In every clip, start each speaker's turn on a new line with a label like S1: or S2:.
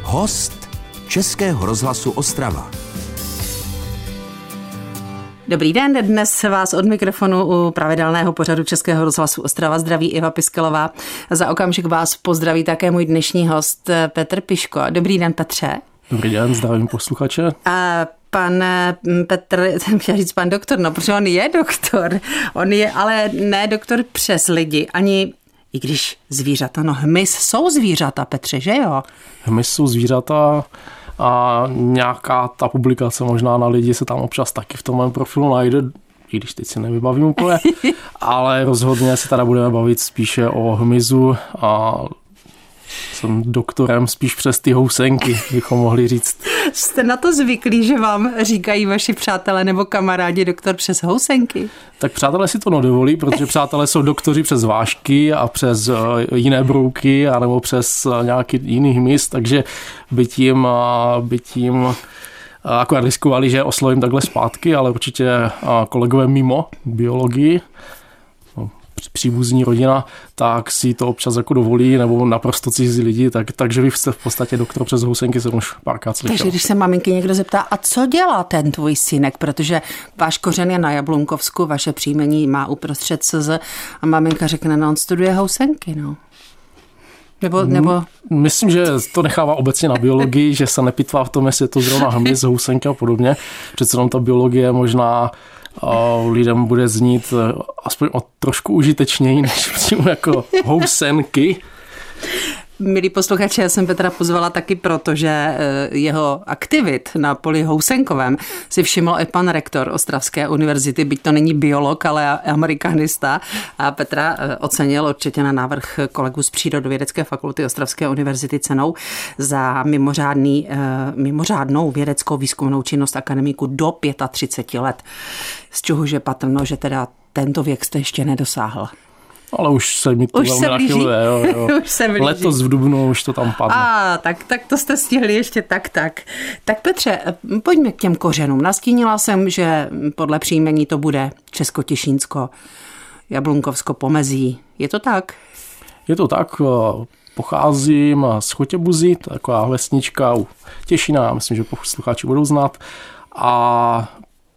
S1: Host Českého rozhlasu Ostrava.
S2: Dobrý den, dnes vás od mikrofonu u pravidelného pořadu Českého rozhlasu Ostrava zdraví Iva Piskelová. Za okamžik vás pozdraví také můj dnešní host Petr Piško. Dobrý den, Petře.
S3: Dobrý den, zdravím posluchače.
S2: A pan Petr, chtěl říct pan doktor, no protože on je doktor. On je ale ne doktor přes lidi, ani i když zvířata, no hmyz jsou zvířata, Petře, že jo?
S3: Hmyz jsou zvířata a nějaká ta publikace možná na lidi se tam občas taky v tom mém profilu najde, i když teď si nevybavím úplně, ale rozhodně se teda budeme bavit spíše o hmyzu a jsem doktorem spíš přes ty housenky, bychom mohli říct.
S2: Jste na to zvyklí, že vám říkají vaši přátelé nebo kamarádi doktor přes housenky?
S3: Tak přátelé si to nedovolí, protože přátelé jsou doktoři přes vážky a přes jiné brouky anebo přes nějaký jiný hmyz, takže by tím akorát riskovali, že oslovím takhle zpátky, ale určitě kolegové mimo biologii, příbuzní rodina, tak si to občas jako dovolí, nebo naprosto cizí lidi, takže vy jste v podstatě doktor přes housenky, jsem už párkrát slyšel.
S2: Takže když se maminky někdo zeptá, a co dělá ten tvůj synek, protože váš kořen je na Jablunkovsku, vaše příjmení má uprostřed CZ a maminka řekne, no on studuje housenky, no. Nebo...
S3: Myslím, že to nechává obecně na biologii, že se nepytvá v tom, jestli je to zrovna hmyz, housenky a podobně. Přece jenom ta biologie možná lidem bude znít aspoň o trošku užitečněji, než přímo jako housenky.
S2: Milí posluchači, já jsem Petra pozvala taky proto, že jeho aktivit na poli housenkovém si všiml i pan rektor Ostravské univerzity, byť to není biolog, ale amerikanista. A Petra ocenil určitě na návrh kolegů z Přírodovědecké fakulty Ostravské univerzity cenou za mimořádnou vědeckou výzkumnou činnost akademiků do 35 let. Z čehož je patrno, že teda tento věk jste ještě nedosáhl.
S3: Ale už se mi to velmi nachyluje. Jo.
S2: Už se blíží.
S3: Letos v dubnu už to tam padne.
S2: Tak to jste stihli ještě tak. Tak Petře, pojďme k těm kořenům. Nastínila jsem, že podle příjmení to bude Česko-Těšínsko, Jablunkovsko, Pomezí. Je to tak?
S3: Je to tak. Pocházím z Chotěbuzy, taková vesnička u Těšína, já myslím, že posluchači budou znát. A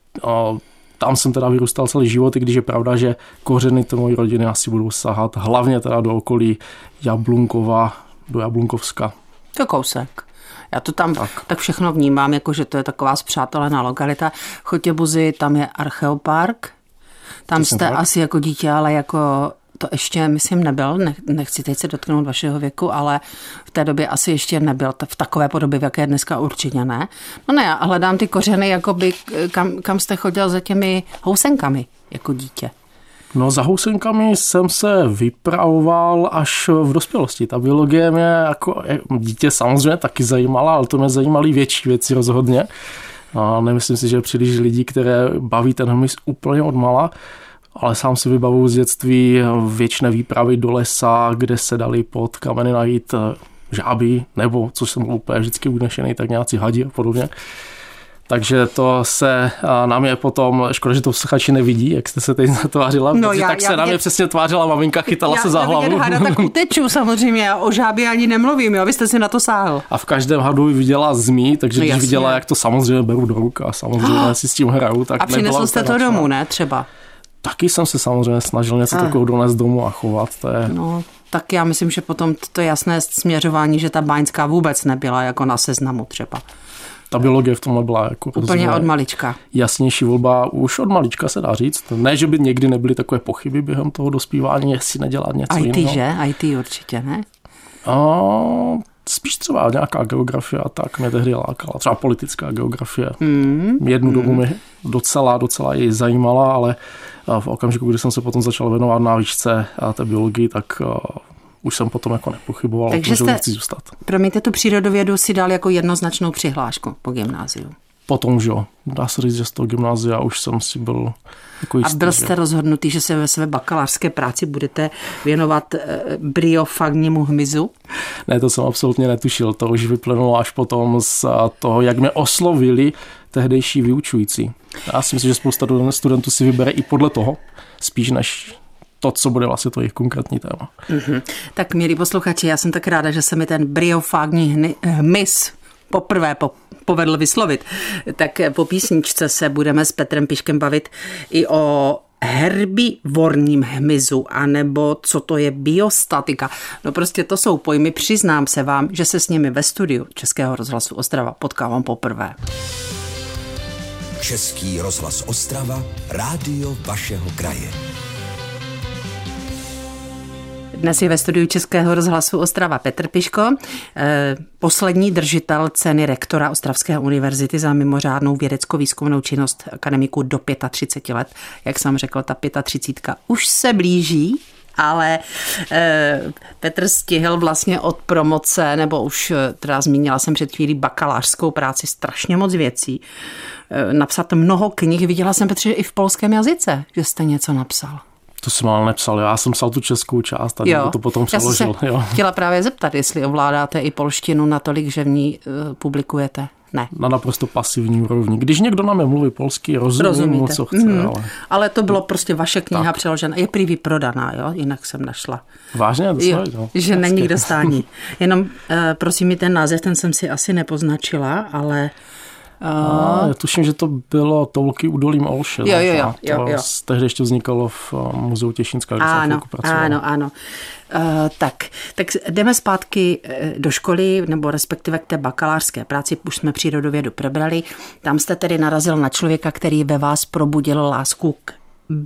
S3: tam jsem teda vyrůstal celý život, i když je pravda, že kořeny té mojí rodiny asi budou sahat hlavně teda do okolí Jablunkova, do Jablunkovska.
S2: To kousek. Já to tam tak všechno vnímám, jako že to je taková spřátelená lokalita. Chotěbuzy, tam je archeopark. Tam jste asi jako dítě, ale jako to ještě, myslím, nebyl. Nechci teď se dotknout vašeho věku, ale v té době asi ještě nebyl v takové podobě, v jaké dneska určitě ne. No ne, a hledám ty kořeny, jakoby, kam jste chodil za těmi housenkami jako dítě.
S3: No za housenkami jsem se vypravoval až v dospělosti. Ta biologie mě jako dítě samozřejmě taky zajímala, ale to mě zajímaly větší věci rozhodně. A nemyslím si, že je příliš lidí, které baví ten hmyz úplně odmala. Ale sám si vybavuju z dětství věčné výpravy do lesa, kde se dali pod kameny najít žáby, nebo, což jsem byl úplně vždycky unešený, tak nějací hadi a podobně. Takže to se na mě potom, škoda, že to posluchači nevidí, jak jste se teď zatvářila, no tak se na mě přesně tvářila maminka, chytala se za hlavu.
S2: Já tak uteču samozřejmě, o žábě ani nemluvím, jo, vy jste si na to sáhl.
S3: A v každém hadu viděla zmí, takže když viděla, jak to samozřejmě beru do ruk a samozřejmě si s tím hraju, tak
S2: a přinesl jste to domů, ne, třeba?
S3: Taky jsem se samozřejmě snažil něco takového donést domů a chovat. To je...
S2: No, tak já myslím, že potom to jasné směřování, že ta báňská vůbec nebyla jako na seznamu třeba.
S3: Ta biologie v tomhle byla jako
S2: úplně od malička. Jasnější
S3: volba, už od malička se dá říct. Ne, že by někdy nebyly takové pochyby během toho dospívání, jestli nedělat něco jiného.
S2: IT, že? IT určitě, ne?
S3: Spíš třeba nějaká geografie a tak mě tehdy lákala. Třeba politická geografie. Jednu dobu mě docela ji zajímala, ale v okamžiku, kdy jsem se potom začal věnovat na výšce a té biologii, tak už jsem potom jako nepochyboval,
S2: takže
S3: že nechci zůstat.
S2: Promiňte, tu přírodovědu si dal jako jednoznačnou přihlášku po gymnáziu.
S3: Potom, že jo. Dá se říct, že z toho gymnázia už jsem si byl jako jistý.
S2: A byl jste rozhodnutý, že se ve své bakalářské práci budete věnovat bryofagnímu hmyzu?
S3: Ne, to jsem absolutně netušil. To už vyplynulo až potom z toho, jak mě oslovili tehdejší vyučující. Já si myslím, že spousta studentů si vybere i podle toho, spíš než to, co bude vlastně to jejich konkrétní téma.
S2: Mm-hmm. Tak milí posluchači, já jsem tak ráda, že se mi ten bryofágní hmyz poprvé povedl vyslovit. Tak po písničce se budeme s Petrem Piškem bavit i o herbivorním hmyzu, anebo co to je biostatika. No prostě to jsou pojmy, přiznám se vám, že se s nimi ve studiu Českého rozhlasu Ostrava potkávám poprvé.
S1: Český rozhlas Ostrava, rádio vašeho kraje.
S2: Dnes je ve studiu Českého rozhlasu Ostrava Petr Piško, poslední držitel ceny rektora Ostravské univerzity za mimořádnou vědecko-výzkumnou činnost akademiků do 35 let. Jak jsem řekl, ta 35 už se blíží, ale Petr stihl vlastně od promoce, nebo už teda zmínila jsem před chvílí bakalářskou práci, strašně moc věcí. Napsat mnoho knih, viděla jsem, Petře, i v polském jazyce, že jste něco napsal.
S3: To jsem ale nepsal, já jsem psal tu českou část a to potom přeložil.
S2: Já jsem se chtěla právě zeptat, jestli ovládáte i polštinu natolik, že v ní publikujete. Ne.
S3: Na naprosto pasivní úrovni. Když někdo na mě mluví polsky, rozumím mu, co chce.
S2: Ale to bylo prostě vaše kniha přeložena. Je prý vyprodaná, jo? Jinak jsem našla.
S3: Vážně?
S2: Že není k dostání. Jenom prosím mi ten název, ten jsem si asi nepoznačila, ale...
S3: Já tuším, že to bylo Toulky údolím Olše.
S2: Jo.
S3: Tehdy ještě vznikalo v Muzeu Těšínska, kde jsem chvilku pracoval.
S2: Ano. Tak jdeme zpátky do školy, nebo respektive k té bakalářské práci, už jsme přírodovědu probrali. Tam jste tedy narazil na člověka, který ve vás probudil lásku k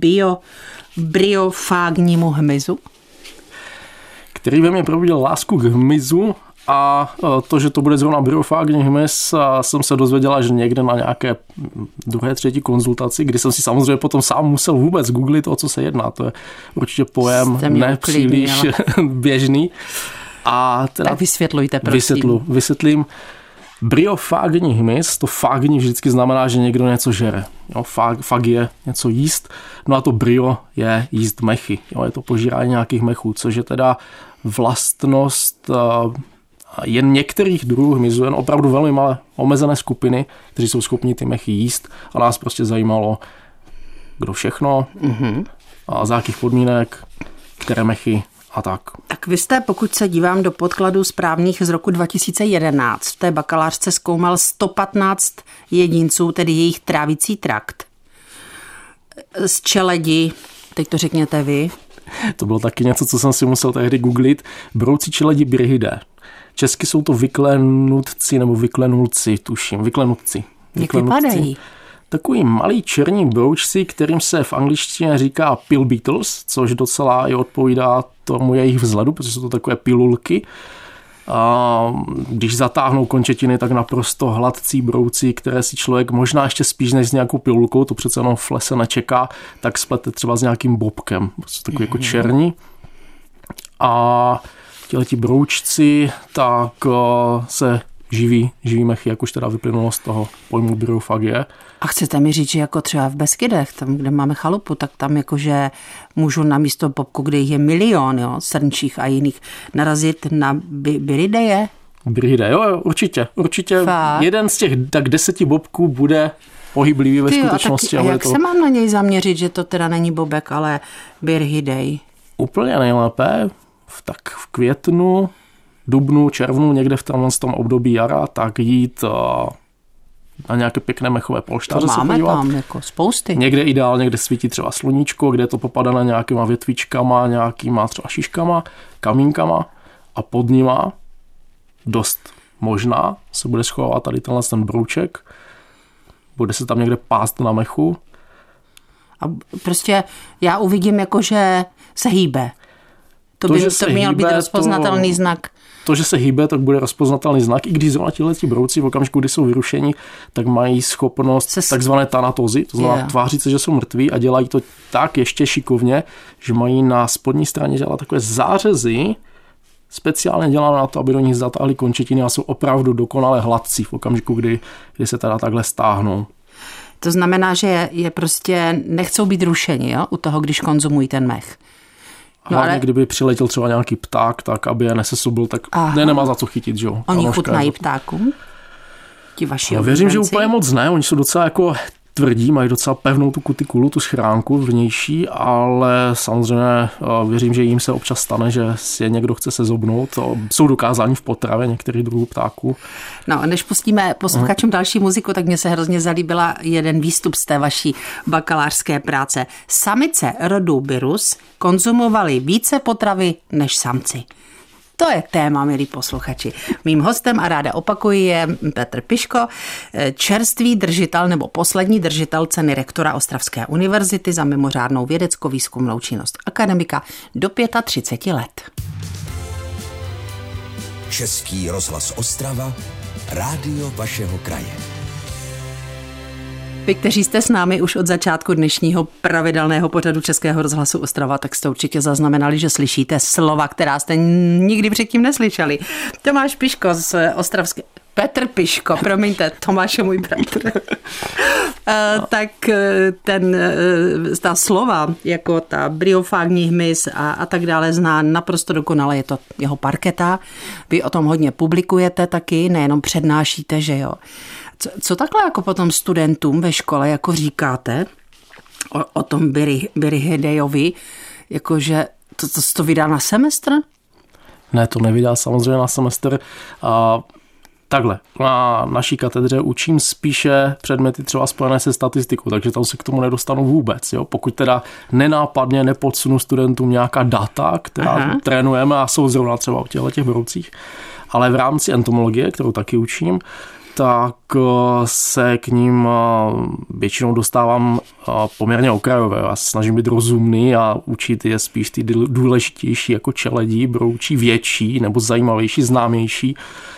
S2: bryofágnímu hmyzu.
S3: Který ve mně probudil lásku k hmyzu. A to, že to bude zrovna bryofágní hmyz, jsem se dozvěděla, že někde na nějaké druhé, třetí konzultaci, kdy jsem si samozřejmě potom sám musel vůbec googlit, o co se jedná. To je určitě pojem nepříliš běžný. A teda
S2: tak vysvětlujte, prosím.
S3: Vysvětlím. Bryofágní hmyz, to fágní vždycky znamená, že někdo něco žere. Jo, fag je něco jíst, no a to bryo je jíst mechy. Jo, je to požírání nějakých mechů, což je teda vlastnost jen některých druhů hmyzu, jen opravdu velmi malé omezené skupiny, kteří jsou schopni ty mechy jíst, a nás prostě zajímalo, kdo všechno, a za jakých podmínek, které mechy a tak.
S2: Tak vy jste, pokud se dívám do podkladů správných z roku 2011, v té bakalářce zkoumal 115 jedinců, tedy jejich trávicí trakt. Z čeledi, teď to řekněte vy.
S3: To bylo taky něco, co jsem si musel tehdy googlit. Brouci čeledi Bryhidae. Česky jsou to vyklenutci nebo vyklenulci, tuším. Vyklenutci.
S2: Jak vypadají?
S3: Takový malý černí broučci, kterým se v angličtině říká pill beetles, což docela i odpovídá tomu jejich vzhledu, protože jsou to takové pilulky. A když zatáhnou končetiny, tak naprosto hladcí brouci, které si člověk možná ještě spíš než s nějakou pilulkou, to přece jenom v lese nečeká, tak splete třeba s nějakým bobkem. Jsou takový jako černí. A ti broučci tak se živí mechy, jak už teda vyplynulo z toho pojmu bryofágie.
S2: A chcete mi říct, že jako třeba v Beskydech, tam, kde máme chalupu, tak tam jakože můžu na místo bobku, kde jich je milion, jo, srnčích a jiných, narazit na Bryhidae?
S3: Bryhidae, jo, určitě. Fakt? Jeden z těch tak 10 bobků bude pohyblivý ve skutečnosti.
S2: A jak se mám na něj zaměřit, že to teda není bobek, ale Bryhidae?
S3: Úplně nejlépe, tak v květnu, dubnu, červnu, někde v tom období jara, tak jít na nějaké pěkné mechové polštáře.
S2: To máme tam jako spousty.
S3: Někde ideálně, kde svítí třeba sluníčko, kde je to popadané nějakýma větvičkama, nějakýma třeba šiškama, kamínkama, a pod nima dost možná se bude schovávat tady ten brouček. Bude se tam někde pást na mechu.
S2: A prostě já uvidím, jakože se hýbe. To by měl být rozpoznatelný znak.
S3: To, že se hýbe, tak bude rozpoznatelný znak. I když zrovna tihleti brouci v okamžiku, kdy jsou vyrušení, tak mají schopnost takzvané tanatózy, to znamená tvářit se, že jsou mrtví, a dělají to tak ještě šikovně, že mají na spodní straně dělat takové zářezy, speciálně dělané na to, aby do nich zatáhli končetiny, a jsou opravdu dokonale hladcí v okamžiku, kdy se teda takhle stáhnou.
S2: To znamená, že je prostě nechcou být rušeni, jo? U toho, když konzumují ten mech.
S3: Hlavně, ale kdyby přiletěl třeba nějaký pták, tak aby je nesesubil, tak nemá za co chytit, že jo.
S2: Oni chutnají ptákům? Ti vaši oblíbenci?
S3: Věřím, že úplně moc ne. Oni jsou docela jako tvrdí, mají docela pevnou tu kutikulu, tu schránku vnější, ale samozřejmě věřím, že jim se občas stane, že si je někdo chce sezobnout. To jsou dokázáni v potravě některých druhů ptáků.
S2: No, než pustíme posluchačům další muziku, tak mně se hrozně zalíbila jeden výstup z té vaší bakalářské práce. Samice rodu Birus konzumovali více potravy než samci. To je téma, milí posluchači. Mým hostem, a ráda opakuji, je Petr Piško, čerstvý držitel nebo poslední držitel ceny rektora Ostravské univerzity za mimořádnou vědecko-výzkumnou činnost akademika do 35 let.
S1: Český rozhlas Ostrava, rádio vašeho kraje.
S2: Vy, kteří jste s námi už od začátku dnešního pravidelného pořadu Českého rozhlasu Ostrava, tak jste určitě zaznamenali, že slyšíte slova, která jste nikdy předtím neslyšeli. Tomáš Piško z Ostravské... Petr Piško, promiňte, Tomáš je můj bratr. Tak ta slova, jako ta bryofágní hmyz a tak dále, zná naprosto dokonale, je to jeho parketa. Vy o tom hodně publikujete taky, nejenom přednášíte, že jo. Co takhle jako potom studentům ve škole jako říkáte o tom Birihidejovi, jakože to vydá na semestr?
S3: Ne, to nevydá samozřejmě na semestr. Takhle, na naší katedře učím spíše předměty třeba spojené se statistikou, takže tam se k tomu nedostanu vůbec. Jo? Pokud teda nenápadně nepodsunu studentům nějaká data, která trénujeme a jsou zrovna třeba o těch budoucích, ale v rámci entomologie, kterou taky učím, tak se k ním většinou dostávám poměrně okrajové. Já se snažím být rozumný a učit je spíš ty důležitější jako čeledí, broučí větší nebo zajímavější, známější.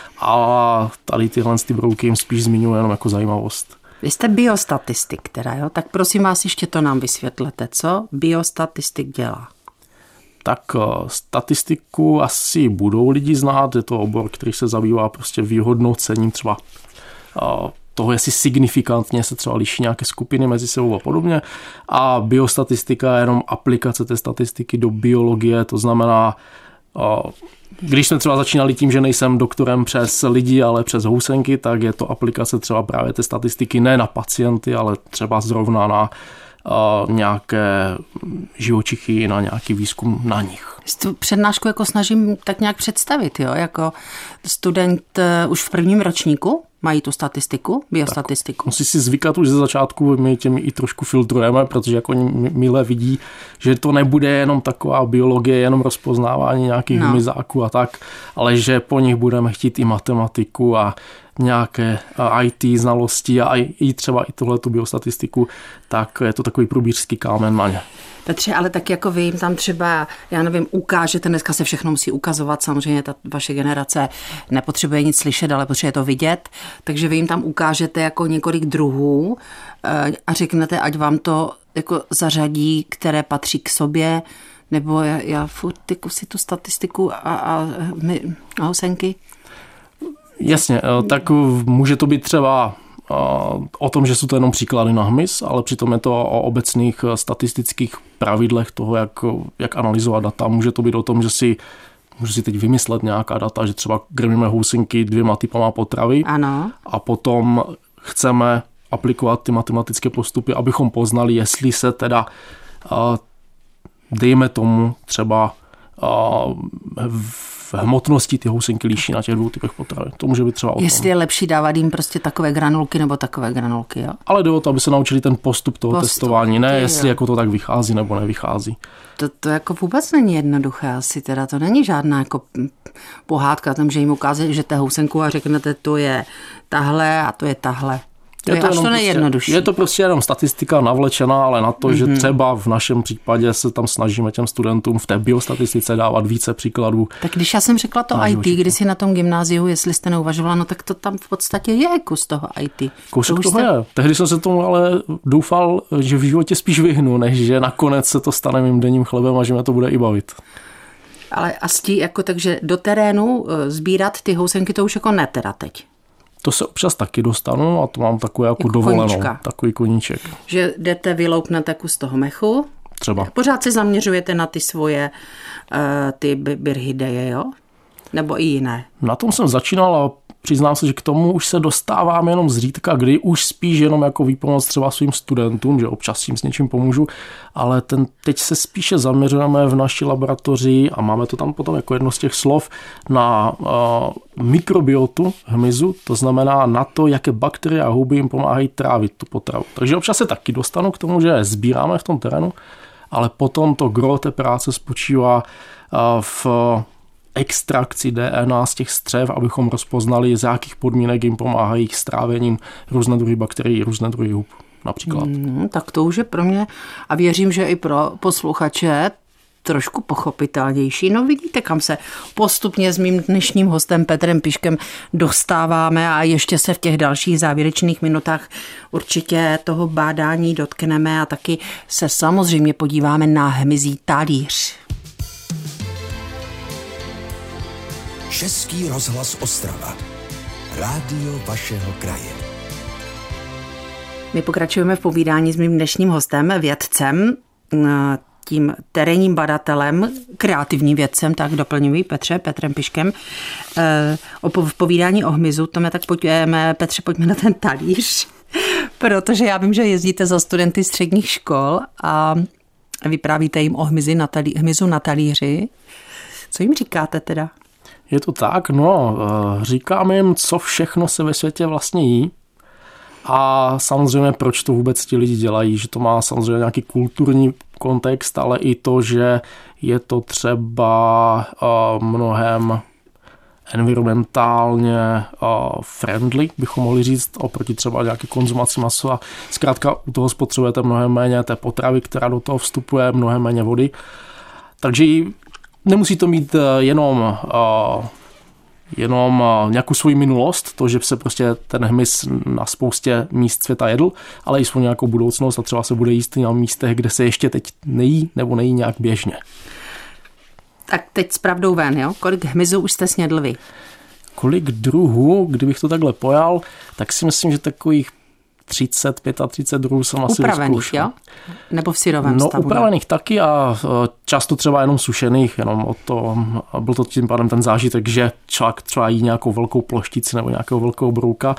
S3: A tady tyhle brouky jim spíš zmiňuji jenom jako zajímavost.
S2: Vy jste biostatistik teda, jo? Tak prosím vás, ještě to nám vysvětlete. Co biostatistik dělá?
S3: Tak statistiku asi budou lidi znát. Je to obor, který se zabývá prostě vyhodnocením třeba toho, jestli signifikantně se třeba liší nějaké skupiny mezi sebou a podobně. A biostatistika je jenom aplikace té statistiky do biologie, to znamená, když jsme třeba začínali tím, že nejsem doktorem přes lidi, ale přes housenky, tak je to aplikace třeba právě té statistiky ne na pacienty, ale třeba zrovna na nějaké živočichy, na nějaký výzkum na nich.
S2: Tu přednášku jako snažím tak nějak představit, jo? Jako student už v prvním ročníku mají tu statistiku, biostatistiku.
S3: Tak, musí si zvykat už ze začátku, my těmi i trošku filtrujeme, protože jako oni milé vidí, že to nebude jenom taková biologie, jenom rozpoznávání nějakých hmyzáků a tak, ale že po nich budeme chtít i matematiku a nějaké IT znalosti a i třeba i tuhletu biostatistiku, tak je to takový průbířský kámen na ně.
S2: Petře, ale tak jako vy jim tam třeba, já nevím, ukážete, dneska se všechno musí ukazovat, samozřejmě ta vaše generace nepotřebuje nic slyšet, ale potřebuje to vidět, takže vy jim tam ukážete jako několik druhů a řeknete, ať vám to jako zařadí, které patří k sobě, nebo já furt si tu statistiku a housenky.
S3: Jasně, tak může to být třeba o tom, že jsou to jenom příklady na hmyz, ale přitom je to o obecných statistických pravidlech toho, jak analyzovat data. Může to být o tom, že můžu si teď vymyslet nějaká data, že třeba krmíme housenky 2 typama potravy.
S2: Ano.
S3: A potom chceme aplikovat ty matematické postupy, abychom poznali, jestli se teda dejme tomu třeba v hmotnosti ty housenky líší na těch 2 typech potravy. To může být třeba o tom.
S2: Jestli je lepší dávat jim prostě takové granulky nebo takové granulky, jo?
S3: Ale jde o to, aby se naučili ten postup toho testování, ne jestli jako to tak vychází nebo nevychází.
S2: To jako vůbec není jednoduché asi, teda to není žádná jako pohádka tam, že jim ukáže, že té housenku a řeknete, to je tahle a to je tahle. To nejjednodušší.
S3: Je to prostě jenom statistika navlečená, ale na to, že třeba v našem případě se tam snažíme těm studentům v té biostatistice dávat více příkladů.
S2: Tak když já jsem řekla to IT, když si na tom gymnáziu, jestli jste neuvažovala, no tak to tam v podstatě je kus toho IT.
S3: Kousek toho je. Tehdy jsem se tomu ale doufal, že v životě spíš vyhnu, než že nakonec se to stane mým denním chlebem a že mě to bude i bavit.
S2: Ale jako takže do terénu sbírat ty housenky to už jako ne teda teď.
S3: To se občas taky dostanu a to mám takovou jako dovolenou, koníčka. Takový koníček.
S2: Že jdete, vyloupnete kus toho mechu.
S3: Třeba.
S2: Pořád se zaměřujete na ty svoje, ty birhideje, jo? Nebo i jiné?
S3: Na tom jsem začínal a přiznám se, že k tomu už se dostávám jenom zřídka, kdy už spíš jenom jako výpomoc třeba svým studentům, že občas jim s něčím pomůžu, ale teď se spíše zaměřujeme v naší laboratoři a máme to tam potom jako jedno z těch slov na mikrobiotu hmyzu, to znamená na to, jaké bakterie a houby jim pomáhají trávit tu potravu. Takže občas se taky dostanu k tomu, že sbíráme v tom terénu, ale potom to gro té práce spočívá v extrakci DNA z těch střev, abychom rozpoznali, z jakých podmínek jim pomáhají s trávením různé druhy bakterií, různé druhy hub například.
S2: Tak to už je pro mě a věřím, že i pro posluchače trošku pochopitelnější. No vidíte, kam se postupně s mým dnešním hostem Petrem Piškem dostáváme a ještě se v těch dalších závěrečných minutách určitě toho bádání dotkneme a taky se samozřejmě podíváme na hmyzí talíř.
S1: Český rozhlas Ostrava. Rádio vašeho kraje.
S2: My pokračujeme v povídání s mým dnešním hostem, vědcem, tím terénním badatelem, kreativním vědcem, tak doplňuji Petrem Piškem. V povídání o hmyzu, to mě tak pojďme, Petře, pojďme na ten talíř, protože já vím, že jezdíte za studenty středních škol a vyprávíte jim o hmyzu na talíři. Co jim říkáte teda?
S3: Je to tak, říkám jim, co všechno se ve světě vlastně jí a samozřejmě proč to vůbec ti lidi dělají, že to má samozřejmě nějaký kulturní kontext, ale i to, že je to třeba mnohem environmentálně friendly, bychom mohli říct, oproti třeba nějaké konzumaci masa. Zkrátka u toho spotřebujete mnohem méně té potravy, která do toho vstupuje, mnohem méně vody. Takže nemusí to mít jenom nějakou svoji minulost, to, že se prostě ten hmyz na spoustě míst světa jedl, ale i svou nějakou budoucnost a třeba se bude jíst na místech, kde se ještě teď nejí nebo nejí nějak běžně.
S2: Tak teď s pravdou ven, jo? Kolik hmyzu už jste snědl vy?
S3: Kolik druhů, kdybych to takhle pojal, tak si myslím, že takových 30-35 druhů jsem asi
S2: upravených, jo? Nebo v syrovém stavu?
S3: Upravených taky a často třeba jenom sušených, jenom o to, byl to tím pádem ten zážitek, že člověk třeba jí nějakou velkou ploštici nebo nějakého velkého brouka,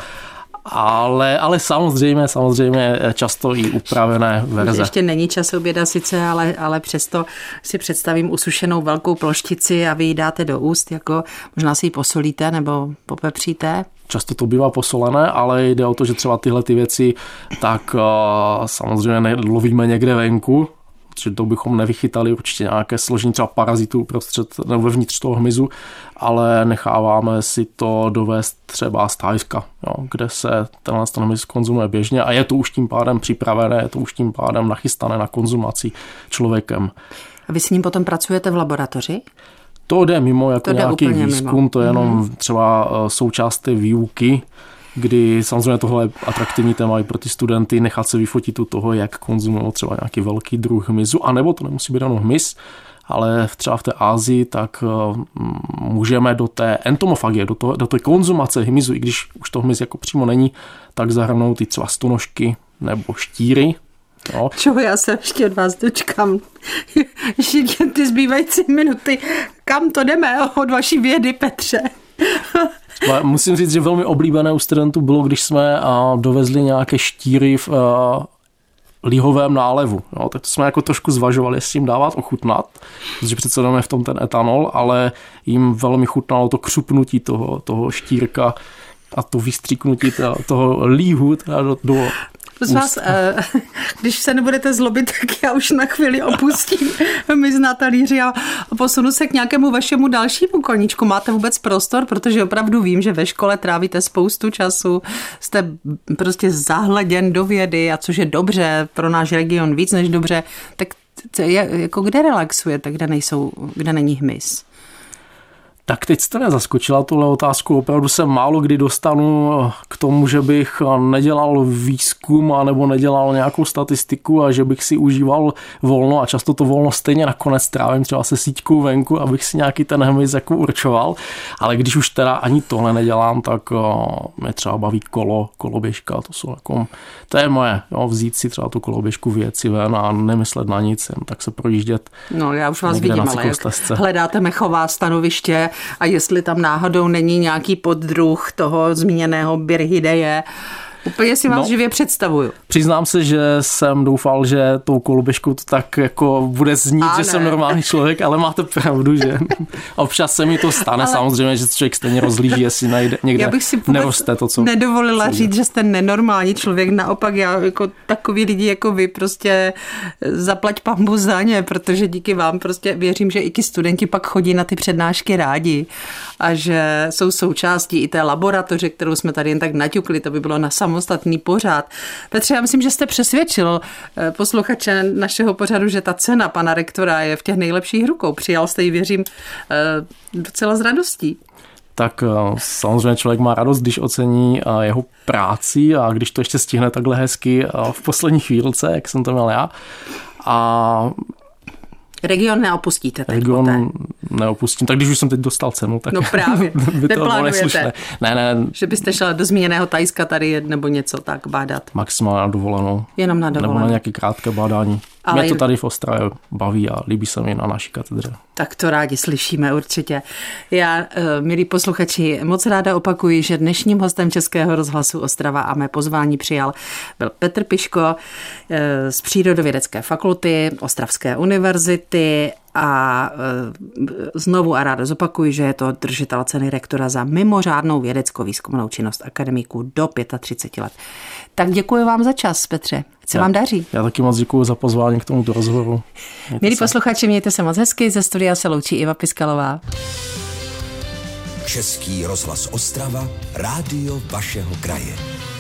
S3: ale samozřejmě často i upravené verze.
S2: Ještě není čas oběda sice, ale přesto si představím usušenou velkou ploštici a vy ji dáte do úst, jako možná si ji posolíte nebo popepříte.
S3: Často to bývá posolené, ale jde o to, že třeba tyhle ty věci tak samozřejmě lovíme někde venku, že to bychom nevychytali určitě nějaké složení třeba parazitů nebo vevnitř toho hmyzu, ale necháváme si to dovést třeba z Thajska, kde se tenhle hmyz konzumuje běžně a je to už tím pádem připravené, je to už tím pádem nachystané na konzumaci člověkem.
S2: A vy s ním potom pracujete v laboratoři?
S3: To jde mimo jako nějaký výzkum, mimo. To je jenom třeba součást té výuky, kdy samozřejmě tohle je atraktivní téma i pro ty studenty, nechat se vyfotit u toho, jak konzumují třeba nějaký velký druh hmyzu, anebo to nemusí být jenom hmyz, ale třeba v té Asii, tak můžeme do té entomofagie, do té konzumace hmyzu, i když už to hmyz jako přímo není, tak zahrnout i třeba stonožky nebo štíry. No.
S2: Čeho já se ještě od vás dočkám. Ještě ty zbývající minuty. Kam to jdeme od vaší vědy, Petře?
S3: Musím říct, že velmi oblíbené u studentů bylo, když jsme dovezli nějaké štíry v lihovém nálevu. No, tak to jsme jako trošku zvažovali, jestli jim dávat ochutnat, protože přece dáme v tom ten etanol, ale jim velmi chutnalo to křupnutí toho štírka a to vystříknutí toho líhu do
S2: z vás, když se nebudete zlobit, tak já už na chvíli opustím hmyz na talíři a posunu se k nějakému vašemu dalšímu koníčku. Máte vůbec prostor, protože opravdu vím, že ve škole trávíte spoustu času, jste prostě zahleděn do vědy a což je dobře, pro náš region víc než dobře, tak jako kde relaxujete, kde není hmyz?
S3: Tak teď jste mě zaskočila tuhle otázku. Opravdu se málo kdy dostanu k tomu, že bych nedělal výzkum anebo nedělal nějakou statistiku a že bych si užíval volno a často to volno stejně nakonec trávím třeba se síťkou venku, abych si nějaký ten hmyz jako určoval. Ale když už teda ani tohle nedělám, tak mě třeba baví koloběžka. To je moje, vzít si třeba tu koloběžku, vyjet si ven a nemyslet na nic, jen tak se projíždět.
S2: No já už vás vidím, ale jak hledáte mechová stanoviště, a jestli tam náhodou není nějaký poddruh toho zmíněného Birhideje. Úplně si vás živě představuju.
S3: Přiznám se, že jsem doufal, že tou koloběžkou to tak jako bude znít, že jsem normální člověk, ale máte pravdu, že občas se mi to stane, samozřejmě, že člověk stejně rozlíží, jestli najde někde neroste to, co...
S2: nedovolila říct, že jste nenormální člověk, naopak já jako takový lidi jako vy prostě zaplať pambu za ně, protože díky vám prostě věřím, že i ti studenti pak chodí na ty přednášky rádi a že jsou součástí i té laboratoře, kterou jsme tady jen tak naťukli, to by bylo na samostatný pořad. Petře, já myslím, že jste přesvědčil posluchače našeho pořadu, že ta cena pana rektora je v těch nejlepších rukou. Přijal jste ji, věřím, docela s radostí.
S3: Tak samozřejmě člověk má radost, když ocení jeho práci a když to ještě stihne takhle hezky v poslední chvílce, jak jsem to měl já. A
S2: region neopustíte.
S3: Region neopustím. Tak když už jsem teď dostal cenu, tak
S2: no právě.
S3: by to bylo neslušné. Ne.
S2: Že byste šla do zmíněného Thajska tady nebo něco tak bádat.
S3: Maximálně na dovolenou.
S2: Jenom na dovolenou.
S3: Nebo na nějaké krátké bádání. Ale mě to tady v Ostravě baví a líbí se mi na naší katedře.
S2: Tak to rádi slyšíme určitě. Já, milí posluchači, moc ráda opakuji, že dnešním hostem Českého rozhlasu Ostrava a mé pozvání přijal byl Petr Piško z Přírodovědecké fakulty Ostravské univerzity a znovu a ráda zopakuji, že je to držitel ceny rektora za mimořádnou vědecko-výzkumnou činnost akademiků do 35 let. Tak děkuji vám za čas, Petře. Se vám daří.
S3: Já taky moc děkuji za pozvání k tomuto rozhovoru.
S2: Milí posluchači, mějte se moc hezky. Ze studia se loučí Iva Piskalová.
S1: Český rozhlas Ostrava, rádio vašeho kraje.